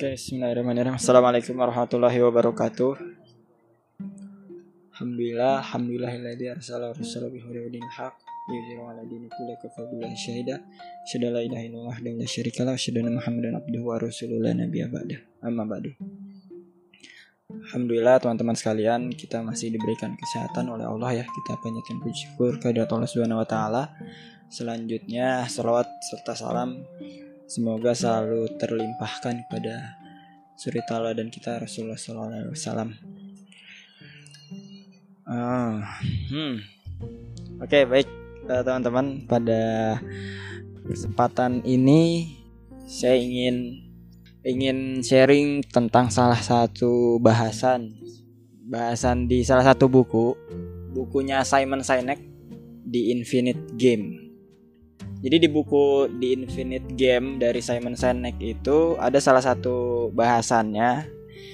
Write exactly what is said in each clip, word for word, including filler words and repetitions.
Oke, bismillahirrahmanirrahim. Assalamualaikum warahmatullahi wabarakatuh. Alhamdulillah, alhamdulillahilladzi arsala rasulahu bil huda wa dinil haq yudhhiru 'ala dini kulli kafa billahi syahida. Asyhadu an la ilaha illallah wa la syarika lahu, asyhadu anna Muhammadan abduhu wa rasuluhu la nabiyya ba'da. Amma ba'du. Alhamdulillah teman-teman sekalian, kita masih diberikan kesehatan oleh Allah ya. Kita panjatkan puji syukur kehadirat Allah Subhanahu wa taala. Selanjutnya salawat serta salam semoga selalu terlimpahkan kepada suri taala dan kita Rasulullah sallallahu alaihi wasallam. Ah, hmm. Oke, okay, baik uh, teman-teman, pada kesempatan ini saya ingin ingin sharing tentang salah satu bahasan bahasan di salah satu buku bukunya Simon Sinek, The Infinite Game. Jadi di buku The Infinite Game dari Simon Sinek itu ada salah satu bahasannya,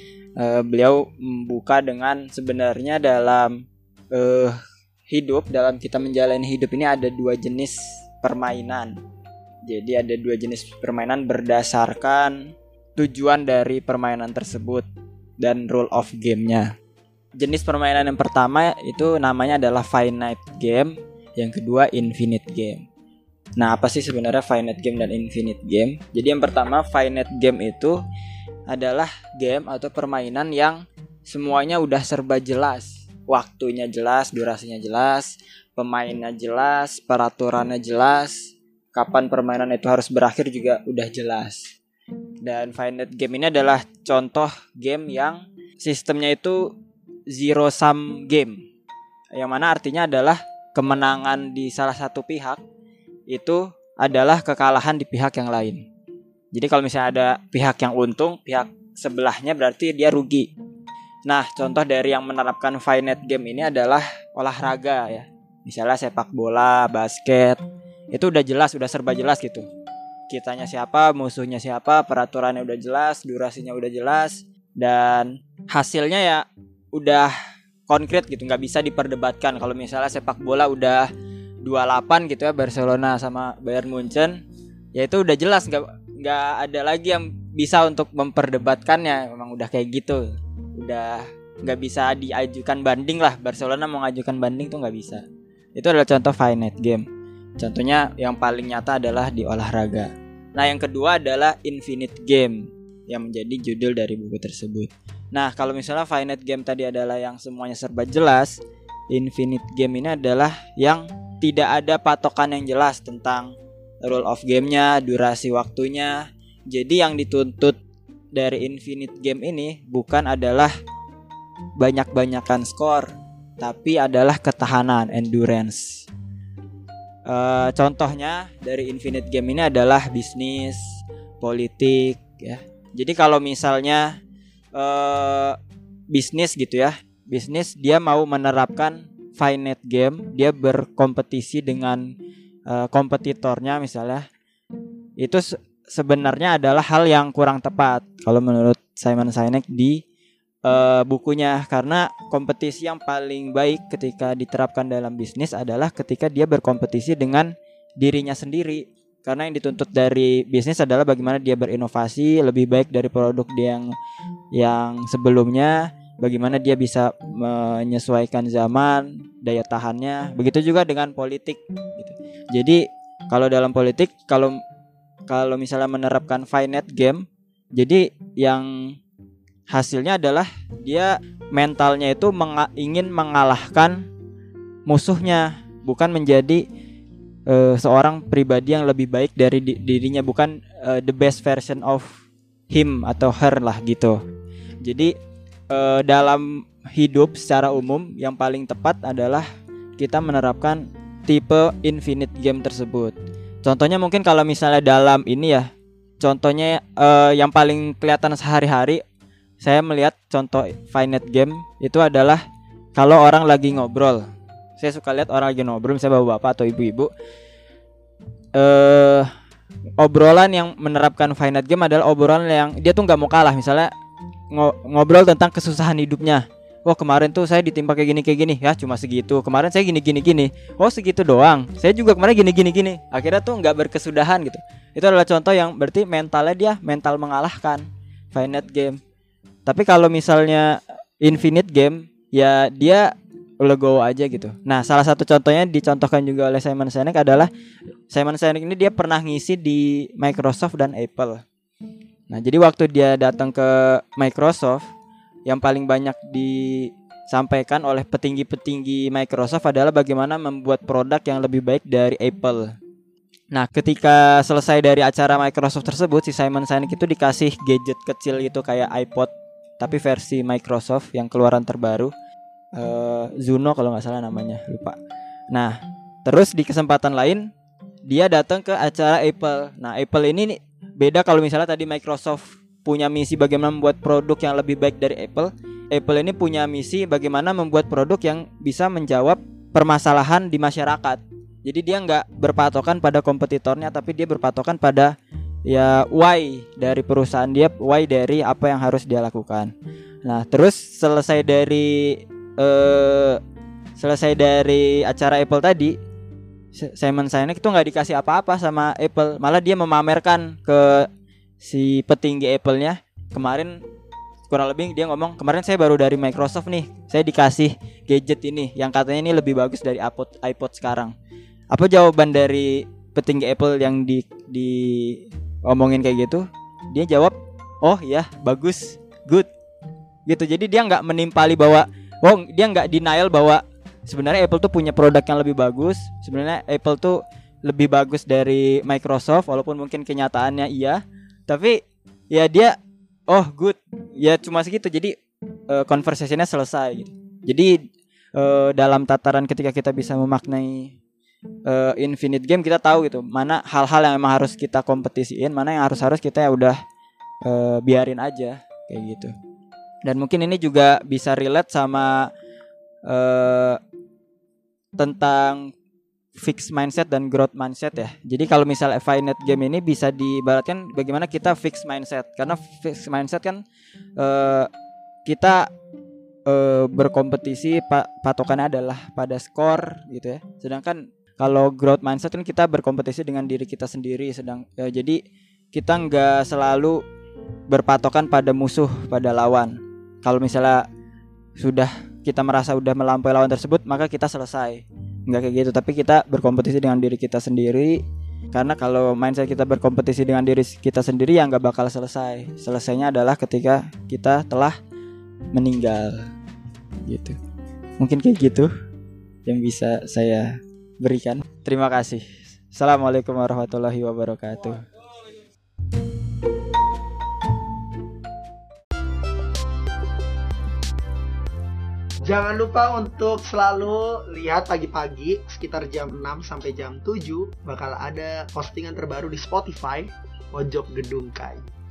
uh, beliau membuka dengan sebenarnya dalam uh, hidup, dalam kita menjalani hidup ini ada dua jenis permainan. Jadi ada dua jenis permainan berdasarkan tujuan dari permainan tersebut dan rule of game-nya. Jenis permainan yang pertama itu namanya adalah finite game, yang kedua infinite game. Nah, apa sih sebenarnya finite game dan infinite game? Jadi yang pertama, finite game itu adalah game atau permainan yang semuanya udah serba jelas. Waktunya jelas, durasinya jelas, pemainnya jelas, peraturannya jelas, kapan permainan itu harus berakhir juga udah jelas. Dan finite game ini adalah contoh game yang sistemnya itu zero sum game, yang mana artinya adalah kemenangan di salah satu pihak itu adalah kekalahan di pihak yang lain. Jadi kalau misalnya ada pihak yang untung, pihak sebelahnya berarti dia rugi. Nah, contoh dari yang menerapkan finite game ini adalah olahraga ya. Misalnya sepak bola, basket, itu udah jelas, udah serba jelas gitu. Kitanya siapa, musuhnya siapa, peraturannya udah jelas, durasinya udah jelas, dan hasilnya ya udah konkret gitu, nggak bisa diperdebatkan. Kalau misalnya sepak bola udah dua delapan gitu ya, Barcelona sama Bayern Munchen, ya itu udah jelas, nggak nggak ada lagi yang bisa untuk memperdebatkannya. Memang udah kayak gitu, udah nggak bisa diajukan banding lah. Barcelona mau ngajukan banding tuh nggak bisa. Itu adalah contoh finite game. Contohnya yang paling nyata adalah di olahraga. Nah, yang kedua adalah infinite game, yang menjadi judul dari buku tersebut. Nah, kalau misalnya finite game tadi adalah yang semuanya serba jelas, infinite game ini adalah yang tidak ada patokan yang jelas tentang rule of game-nya, durasi waktunya. Jadi yang dituntut dari infinite game ini bukan adalah banyak-banyakan skor, tapi adalah ketahanan, endurance. Uh, contohnya dari infinite game ini adalah bisnis, politik ya. Jadi kalau misalnya uh, bisnis gitu ya, bisnis dia mau menerapkan finite game, dia berkompetisi dengan uh, kompetitornya misalnya, itu se- sebenarnya adalah hal yang kurang tepat kalau menurut Simon Sinek di uh, bukunya. Karena kompetisi yang paling baik ketika diterapkan dalam bisnis adalah ketika dia berkompetisi dengan dirinya sendiri. Karena yang dituntut dari bisnis adalah bagaimana dia berinovasi lebih baik dari produk dia yang yang sebelumnya, bagaimana dia bisa menyesuaikan zaman, daya tahannya. Begitu juga dengan politik gitu. Jadi kalau dalam politik, kalau kalau misalnya menerapkan finite game, jadi yang hasilnya adalah dia mentalnya itu menga- ingin mengalahkan musuhnya, bukan menjadi uh, seorang pribadi yang lebih baik dari di- dirinya, bukan uh, the best version of him atau her lah gitu. Jadi Uh, dalam hidup secara umum yang paling tepat adalah kita menerapkan tipe infinite game tersebut. Contohnya mungkin kalau misalnya dalam ini ya, contohnya uh, yang paling kelihatan sehari-hari, saya melihat contoh finite game itu adalah kalau orang lagi ngobrol. Saya suka lihat orang lagi ngobrol, misalnya bapak-bapak atau ibu-ibu. Uh, obrolan yang menerapkan finite game adalah obrolan yang dia tuh nggak mau kalah. Misalnya ngobrol tentang kesusahan hidupnya. Wah, kemarin tuh saya ditimpa kayak gini kayak gini, ya cuma segitu. Kemarin saya gini gini gini. Oh, segitu doang. Saya juga kemarin gini gini gini. Akhirnya tuh nggak berkesudahan gitu. Itu adalah contoh yang berarti mentalnya dia mental mengalahkan. finite game. Tapi kalau misalnya infinite game, ya dia legowo aja gitu. Nah, salah satu contohnya dicontohkan juga oleh Simon Sinek adalah Simon Sinek ini dia pernah ngisi di Microsoft dan Apple. Nah, jadi waktu dia datang ke Microsoft, yang paling banyak disampaikan oleh petinggi-petinggi Microsoft adalah bagaimana membuat produk yang lebih baik dari Apple. Nah, ketika selesai dari acara Microsoft tersebut, si Simon Sinek itu dikasih gadget kecil gitu kayak iPod, tapi versi Microsoft yang keluaran terbaru. Uh, Zuno kalau nggak salah namanya, lupa. Nah, terus di kesempatan lain dia datang ke acara Apple. Nah, Apple ini nih, beda kalau misalnya tadi Microsoft punya misi bagaimana membuat produk yang lebih baik dari Apple. Apple ini punya misi bagaimana membuat produk yang bisa menjawab permasalahan di masyarakat. Jadi dia nggak berpatokan pada kompetitornya, tapi dia berpatokan pada ya why dari perusahaan dia, why dari apa yang harus dia lakukan. Nah, terus selesai dari Uh, selesai dari acara Apple tadi, Simon Sinek itu nggak dikasih apa-apa sama Apple, malah dia memamerkan ke si petinggi Apple-nya. Kemarin kurang lebih dia ngomong, kemarin saya baru dari Microsoft nih, saya dikasih gadget ini yang katanya ini lebih bagus dari iPod iPod sekarang. Apa jawaban dari petinggi Apple yang di di omongin kayak gitu? Dia jawab, oh ya bagus, good gitu. Jadi dia nggak menimpali bahwa oh, dia nggak denial bahwa sebenarnya Apple tuh punya produk yang lebih bagus. Sebenarnya Apple tuh lebih bagus dari Microsoft, walaupun mungkin kenyataannya iya. Tapi ya dia, oh good, ya cuma segitu. Jadi uh, conversationnya selesai gitu. Jadi uh, dalam tataran ketika kita bisa memaknai uh, infinite game, kita tahu gitu mana hal-hal yang memang harus kita kompetisiin, mana yang harus-harus kita ya udah uh, biarin aja kayak gitu. Dan mungkin ini juga bisa relate sama uh, tentang fixed mindset dan growth mindset ya. Jadi kalau misalnya finite game ini bisa diibaratkan bagaimana kita fixed mindset. Karena fixed mindset kan uh, kita uh, berkompetisi, patokannya adalah pada skor gitu ya. Sedangkan kalau growth mindset kan kita berkompetisi dengan diri kita sendiri. Sedang uh, jadi kita nggak selalu berpatokan pada musuh, pada lawan. Kalau misalnya sudah kita merasa udah melampaui lawan tersebut, maka kita selesai. Enggak kayak gitu, tapi kita berkompetisi dengan diri kita sendiri. Karena kalau mindset kita berkompetisi dengan diri kita sendiri, ya nggak bakal selesai. Selesainya adalah ketika kita telah meninggal gitu. Mungkin kayak gitu yang bisa saya berikan. Terima kasih. Assalamualaikum warahmatullahi wabarakatuh. Jangan lupa untuk selalu lihat pagi-pagi sekitar jam enam sampai jam tujuh bakal ada postingan terbaru di Spotify Pojok Gedung Kayu.